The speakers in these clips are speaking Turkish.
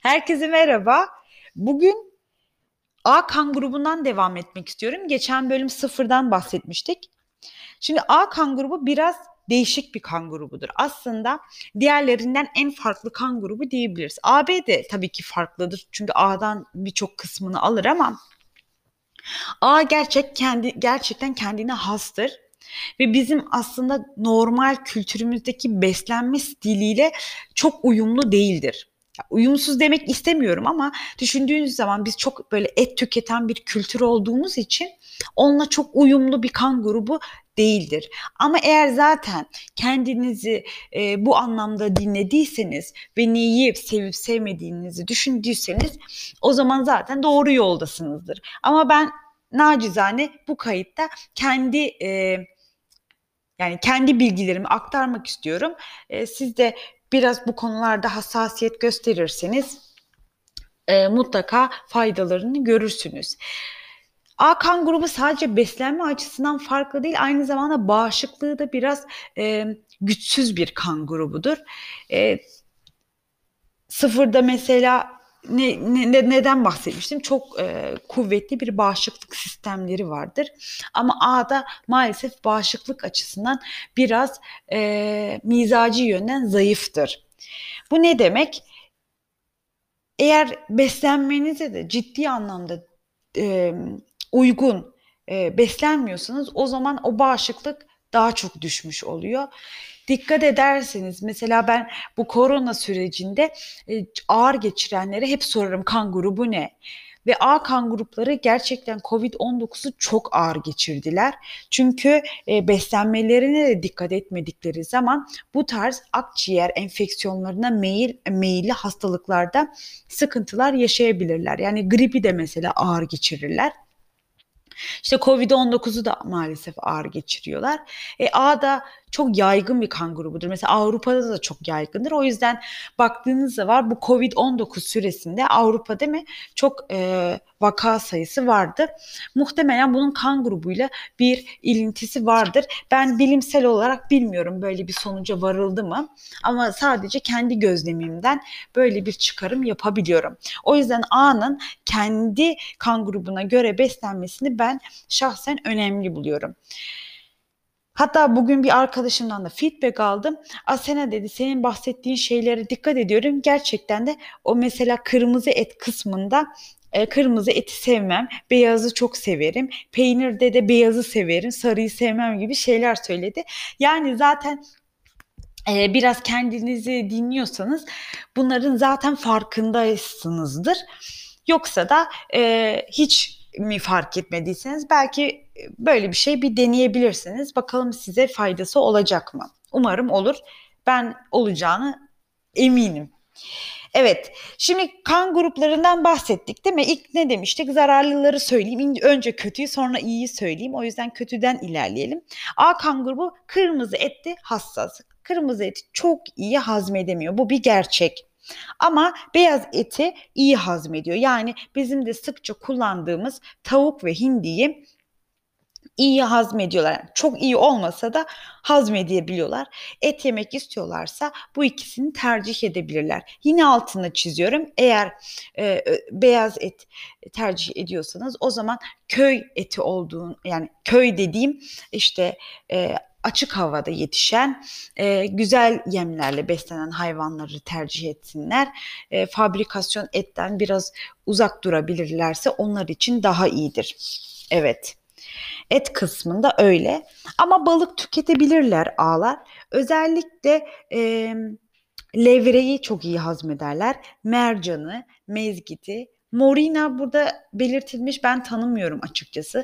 Herkese merhaba. Bugün A kan grubundan devam etmek istiyorum. Geçen bölüm sıfırdan bahsetmiştik. Şimdi A kan grubu biraz değişik bir kan grubudur. Aslında diğerlerinden en farklı kan grubu diyebiliriz. AB de tabii ki farklıdır. Çünkü A'dan birçok kısmını alır ama gerçekten kendine hastır. Ve bizim aslında normal kültürümüzdeki beslenme stiliyle çok uyumlu değildir. Ya, uyumsuz demek istemiyorum ama düşündüğünüz zaman biz çok böyle et tüketen bir kültür olduğumuz için onunla çok uyumlu bir kan grubu değildir. Ama eğer zaten kendinizi bu anlamda dinlediyseniz ve neyi sevip sevmediğinizi düşündüyseniz o zaman zaten doğru yoldasınızdır. Ama ben nacizane bu kayıtta kendi bilgilerimi aktarmak istiyorum. Siz de biraz bu konularda hassasiyet gösterirseniz mutlaka faydalarını görürsünüz. A kan grubu sadece beslenme açısından farklı değil, aynı zamanda bağışıklığı da biraz güçsüz bir kan grubudur. E, Sıfırda mesela neden bahsetmiştim? Çok kuvvetli bir bağışıklık sistemleri vardır. Ama A'da maalesef bağışıklık açısından biraz mizacı yönden zayıftır. Bu ne demek? Eğer beslenmenize de ciddi anlamda e, uygun beslenmiyorsanız o zaman o bağışıklık daha çok düşmüş oluyor. Dikkat ederseniz mesela ben bu korona sürecinde ağır geçirenlere hep sorarım kan grubu ne? Ve A kan grupları gerçekten Covid-19'u çok ağır geçirdiler. Çünkü beslenmelerine de dikkat etmedikleri zaman bu tarz akciğer enfeksiyonlarına meyilli hastalıklarda sıkıntılar yaşayabilirler. Yani gribi de mesela ağır geçirirler. İşte Covid-19'u da maalesef ağır geçiriyorlar. A da çok yaygın bir kan grubudur. Mesela Avrupa'da da çok yaygındır. O yüzden baktığınız zaman bu Covid-19 süresinde Avrupa değil mi çok vaka sayısı vardı. Muhtemelen bunun kan grubuyla bir ilintisi vardır. Ben bilimsel olarak bilmiyorum böyle bir sonuca varıldı mı. Ama sadece kendi gözlemimden böyle bir çıkarım yapabiliyorum. O yüzden A'nın kendi kan grubuna göre beslenmesini ben şahsen önemli buluyorum. Hatta bugün bir arkadaşımdan da feedback aldım. Asena dedi senin bahsettiğin şeylere dikkat ediyorum. Gerçekten de o mesela kırmızı et kısmında kırmızı eti sevmem, beyazı çok severim. Peynirde de beyazı severim, sarıyı sevmem gibi şeyler söyledi. Yani zaten biraz kendinizi dinliyorsanız bunların zaten farkındayısınızdır. Yoksa da hiç mi fark etmediyseniz belki böyle bir şey bir deneyebilirsiniz. Bakalım size faydası olacak mı? Umarım olur. Ben olacağını eminim. Evet, şimdi kan gruplarından bahsettik değil mi? İlk ne demiştik? Zararlıları söyleyeyim. Önce kötüyü sonra iyiyi söyleyeyim. O yüzden kötüden ilerleyelim. A kan grubu kırmızı etli hassas. Kırmızı eti çok iyi hazmedemiyor. Bu bir gerçek. Ama beyaz eti iyi hazmediyor. Yani bizim de sıkça kullandığımız tavuk ve hindiyi iyi hazmediyorlar. Yani çok iyi olmasa da hazmedebiliyorlar. Et yemek istiyorlarsa bu ikisini tercih edebilirler. Yine altını çiziyorum. Eğer beyaz et tercih ediyorsanız o zaman köy eti olduğunu yani köy dediğim işte açık havada yetişen güzel yemlerle beslenen hayvanları tercih etsinler. Fabrikasyon etten biraz uzak durabilirlerse onlar için daha iyidir. Evet. Et kısmında öyle. Ama balık tüketebilirler ağlar. Özellikle levreyi çok iyi hazmederler. Mercanı, mezgiti, morina burada belirtilmiş ben tanımıyorum açıkçası.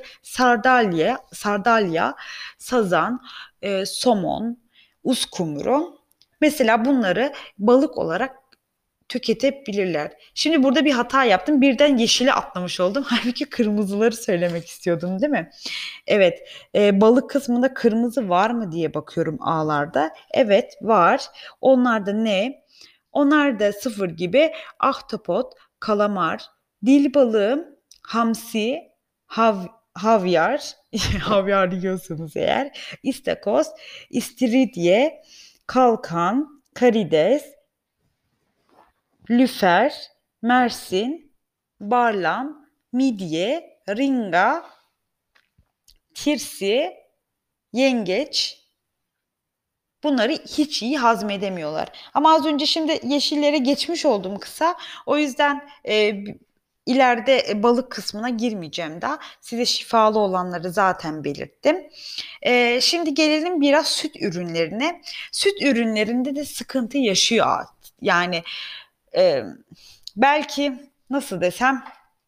Sardalya, sazan, somon, uskumru. Mesela bunları balık olarak tüketebilirler. Şimdi burada bir hata yaptım. Birden yeşili atlamış oldum. Halbuki kırmızıları söylemek istiyordum, değil mi? Evet, balık kısmında kırmızı var mı diye bakıyorum ağlarda. Evet, var. Onlar da ne? Onlar da sıfır gibi ahtapot, kalamar, dil balığı, hamsi, hav, havyar, havyar diyorsunuz eğer, istakoz, istiridye, kalkan, karides, lüfer, Mersin, Barlam, Midye, Ringa, Tirsi, Yengeç. Bunları hiç iyi hazmedemiyorlar. Ama az önce şimdi yeşillere geçmiş oldum kısa. O yüzden ileride balık kısmına girmeyeceğim daha. Size şifalı olanları zaten belirttim. Şimdi gelelim biraz süt ürünlerine. Süt ürünlerinde de sıkıntı yaşıyor. Yani e, belki nasıl desem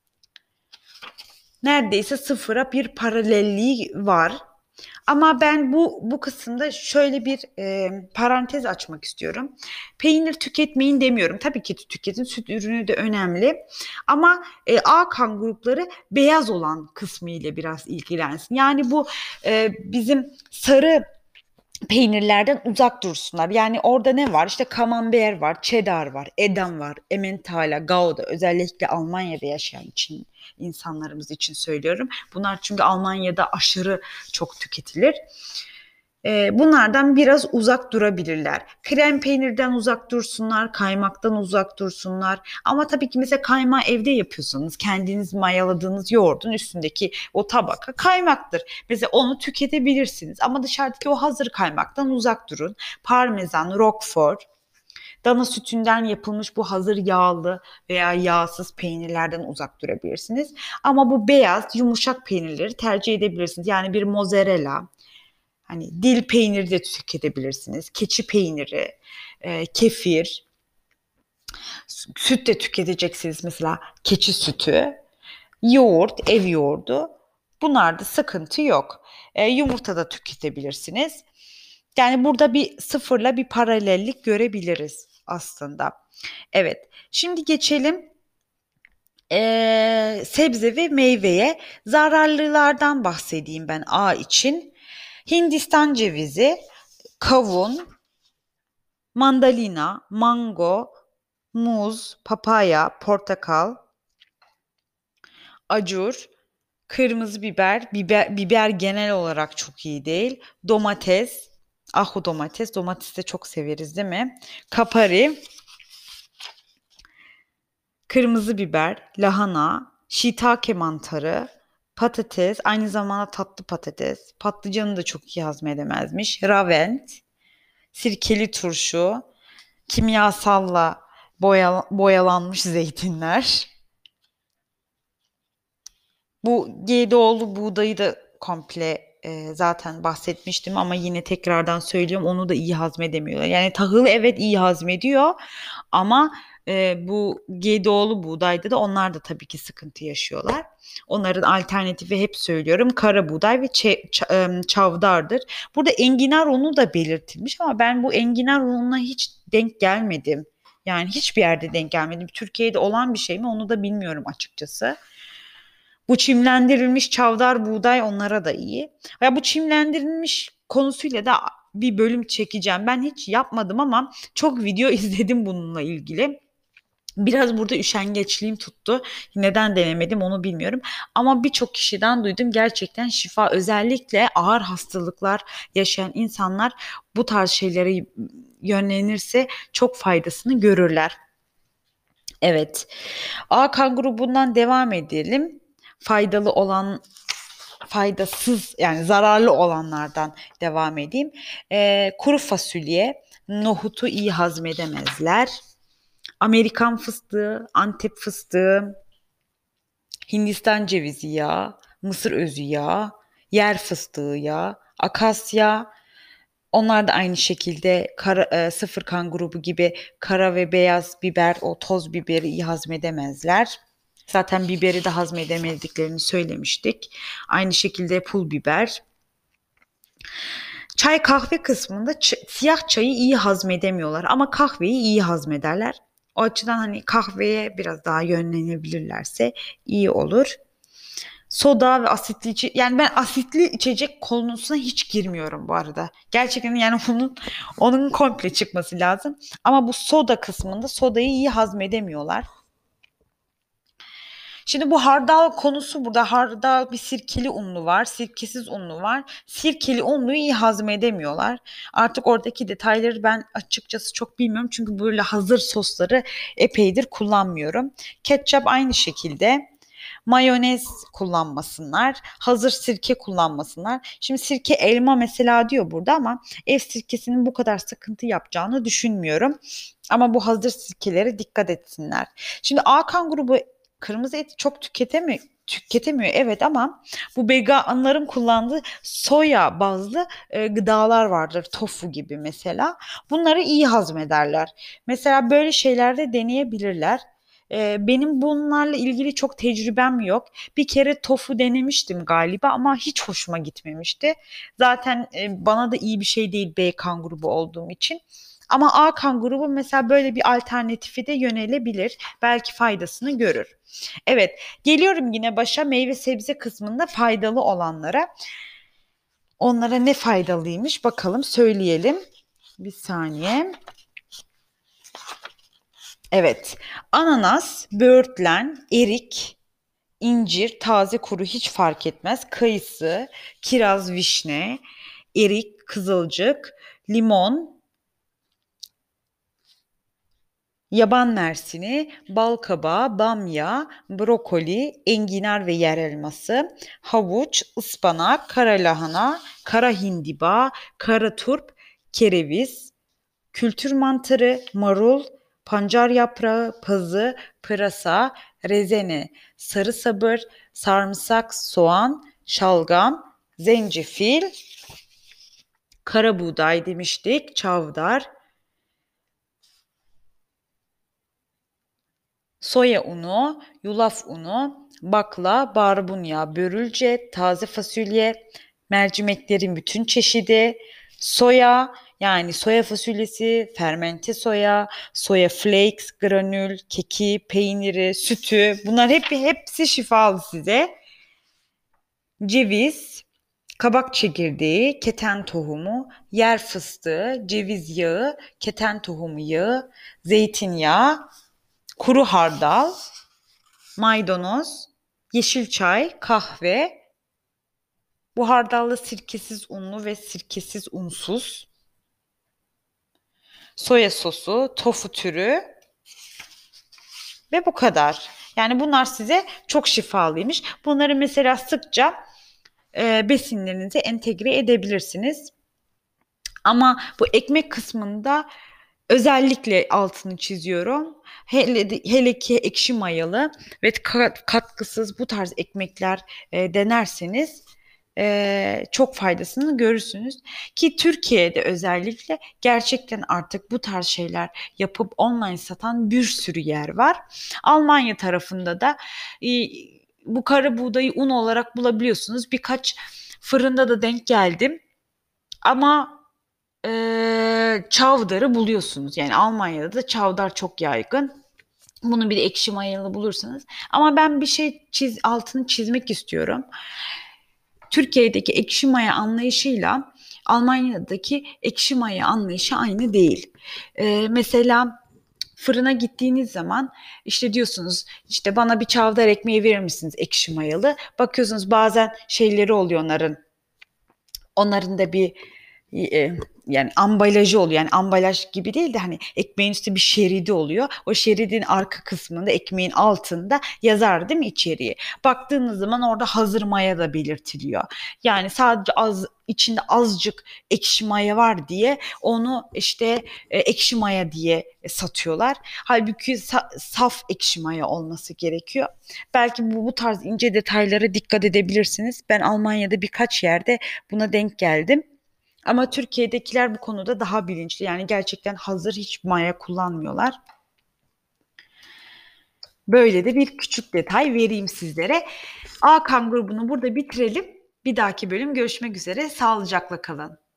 neredeyse sıfıra bir paralelliği var. Ama ben bu kısımda şöyle bir parantez açmak istiyorum. Peynir tüketmeyin demiyorum. Tabii ki tüketin. Süt ürünü de önemli. Ama A kan grupları beyaz olan kısmı ile biraz ilgilensin. Yani bu bizim sarı peynirlerden uzak dursunlar. Yani orada ne var? İşte camembert var, cheddar var, edam var, Emmentaler, Gouda. Özellikle Almanya'da yaşayan için insanlarımız için söylüyorum. Bunlar çünkü Almanya'da aşırı çok tüketilir. Bunlardan biraz uzak durabilirler. Krem peynirden uzak dursunlar, kaymaktan uzak dursunlar. Ama tabii ki mesela kaymağı evde yapıyorsanız kendiniz mayaladığınız yoğurdun üstündeki o tabaka kaymaktır. Mesela onu tüketebilirsiniz. Ama dışarıdaki o hazır kaymaktan uzak durun. Parmesan, Roquefort, dana sütünden yapılmış bu hazır yağlı veya yağsız peynirlerden uzak durabilirsiniz. Ama bu beyaz, yumuşak peynirleri tercih edebilirsiniz. Yani bir mozzarella, hani dil peyniri de tüketebilirsiniz. Keçi peyniri, kefir, süt de tüketeceksiniz mesela keçi sütü, yoğurt, ev yoğurdu. Bunlarda sıkıntı yok. Yumurta da tüketebilirsiniz. Yani burada bir sıfırla bir paralellik görebiliriz aslında. Evet, şimdi geçelim sebze ve meyveye. Zararlılardan bahsedeyim ben A için. Hindistan cevizi, kavun, mandalina, mango, muz, papaya, portakal, acur, kırmızı biber genel olarak çok iyi değil. Domates, ahu domates, domates de çok severiz değil mi? Kapari, kırmızı biber, lahana, shiitake mantarı, patates, aynı zamanda tatlı patates, patlıcanı da çok iyi hazmedemezmiş. Ravent, sirkeli turşu, kimyasalla boyalanmış zeytinler. Bu GDO'lu buğdayı da komple zaten bahsetmiştim ama yine tekrardan söylüyorum onu da iyi hazmedemiyorlar. Yani tahılı evet iyi hazmediyor ama bu GDO'lu buğdayda da onlar da tabii ki sıkıntı yaşıyorlar. Onların alternatifi hep söylüyorum kara buğday ve çavdardır. Burada enginar unu da belirtilmiş ama ben bu enginar ununa hiç denk gelmedim. Yani hiçbir yerde denk gelmedim. Türkiye'de olan bir şey mi onu da bilmiyorum açıkçası. Bu çimlendirilmiş çavdar buğday onlara da iyi. Ya bu çimlendirilmiş konusuyla da bir bölüm çekeceğim. Ben hiç yapmadım ama çok video izledim bununla ilgili. Biraz burada üşengeçliğim tuttu. Neden denemedim onu bilmiyorum. Ama birçok kişiden duydum gerçekten şifa. Özellikle ağır hastalıklar yaşayan insanlar bu tarz şeylere yönlenirse çok faydasını görürler. Evet. A kan grubundan devam edelim. Faydalı olan faydasız yani zararlı olanlardan devam edeyim. Kuru fasulye, nohutu iyi hazmedemezler. Amerikan fıstığı, Antep fıstığı, Hindistan cevizi yağı, mısır özü yağı, yer fıstığı yağı, akasya, onlar da aynı şekilde sıfır kan grubu gibi kara ve beyaz biber, o toz biberi iyi hazmedemezler. Zaten biberi de hazmedemediklerini söylemiştik. Aynı şekilde pul biber. Çay kahve kısmında siyah çayı iyi hazmedemiyorlar ama kahveyi iyi hazmederler. O açıdan hani kahveye biraz daha yönlenebilirlerse iyi olur. Soda ve yani ben asitli içecek konusuna hiç girmiyorum bu arada. Gerçekten yani onun komple çıkması lazım. Ama bu soda kısmında sodayı iyi hazmedemiyorlar. Şimdi bu hardal konusu, burada hardal bir sirkeli unlu var, sirkesiz unlu var. Sirkeli unluyu iyi hazmedemiyorlar. Artık oradaki detayları ben açıkçası çok bilmiyorum. Çünkü böyle hazır sosları epeydir kullanmıyorum. Ketçap aynı şekilde. Mayonez kullanmasınlar. Hazır sirke kullanmasınlar. Şimdi sirke elma mesela diyor burada ama ev sirkesinin bu kadar sıkıntı yapacağını düşünmüyorum. Ama bu hazır sirkelere dikkat etsinler. Şimdi Akan grubu kırmızı eti çok tüketemiyor evet, ama bu veganların kullandığı soya bazlı gıdalar vardır. Tofu gibi mesela. Bunları iyi hazmederler. Mesela böyle şeylerde deneyebilirler. Benim bunlarla ilgili çok tecrübem yok. Bir kere tofu denemiştim galiba ama hiç hoşuma gitmemişti. Zaten bana da iyi bir şey değil B kan grubu olduğum için. Ama A kan grubu mesela böyle bir alternatifi de yönelebilir. Belki faydasını görür. Evet, geliyorum yine başa meyve sebze kısmında faydalı olanlara. Onlara ne faydalıymış bakalım, söyleyelim. Bir saniye. Evet, ananas, böğürtlen, erik, incir, taze kuru hiç fark etmez. Kayısı, kiraz, vişne, erik, kızılcık, limon, yaban mersini, bal kabağı, bamya, brokoli, enginar ve yer elması, havuç, ıspanak, kara lahana, kara hindiba, kara turp, kereviz, kültür mantarı, marul, pancar yaprağı, pazı, pırasa, rezene, sarı sabır, sarımsak, soğan, şalgam, zencefil, kara buğday demiştik, çavdar, soya unu, yulaf unu, bakla, barbunya, börülce, taze fasulye, mercimeklerin bütün çeşidi, soya yani soya fasulyesi, fermente soya, soya flakes, granül, keki, peyniri, sütü, bunlar hepsi şifalı size. Ceviz, kabak çekirdeği, keten tohumu, yer fıstığı, ceviz yağı, keten tohumu yağı, zeytinyağı, kuru hardal, maydanoz, yeşil çay, kahve, bu hardallı sirkesiz unlu ve sirkesiz unsuz, soya sosu, tofu türü ve bu kadar. Yani bunlar size çok şifalıymış. Bunları mesela sıkça besinlerinize entegre edebilirsiniz. Ama bu ekmek kısmında özellikle altını çiziyorum. Hele ki ekşi mayalı ve katkısız bu tarz ekmekler denerseniz çok faydasını görürsünüz. Ki Türkiye'de özellikle gerçekten artık bu tarz şeyler yapıp online satan bir sürü yer var. Almanya tarafında da e, bu kara buğdayı un olarak bulabiliyorsunuz. Birkaç fırında da denk geldim. Ama çavdarı buluyorsunuz. Yani Almanya'da da çavdar çok yaygın. Bunu bir de ekşi mayalı bulursanız. Ama ben bir şey altını çizmek istiyorum. Türkiye'deki ekşi maya anlayışıyla Almanya'daki ekşi maya anlayışı aynı değil. Mesela fırına gittiğiniz zaman işte diyorsunuz işte bana bir çavdar ekmeği verir misiniz ekşi mayalı? Bakıyorsunuz bazen şeyleri oluyor onların. Onların da bir e, yani ambalajı oluyor. Yani ambalaj gibi değil de hani ekmeğin üstü bir şeridi oluyor. O şeridin arka kısmında ekmeğin altında yazar değil mi içeriği? Baktığınız zaman orada hazır maya da belirtiliyor. Yani sadece içinde azıcık ekşi maya var diye onu işte ekşi maya diye satıyorlar. Halbuki saf ekşi maya olması gerekiyor. Belki bu tarz ince detaylara dikkat edebilirsiniz. Ben Almanya'da birkaç yerde buna denk geldim. Ama Türkiye'dekiler bu konuda daha bilinçli. Yani gerçekten hazır hiç maya kullanmıyorlar. Böyle de bir küçük detay vereyim sizlere. Akan grubunu burada bitirelim. Bir dahaki bölüm görüşmek üzere. Sağlıcakla kalın.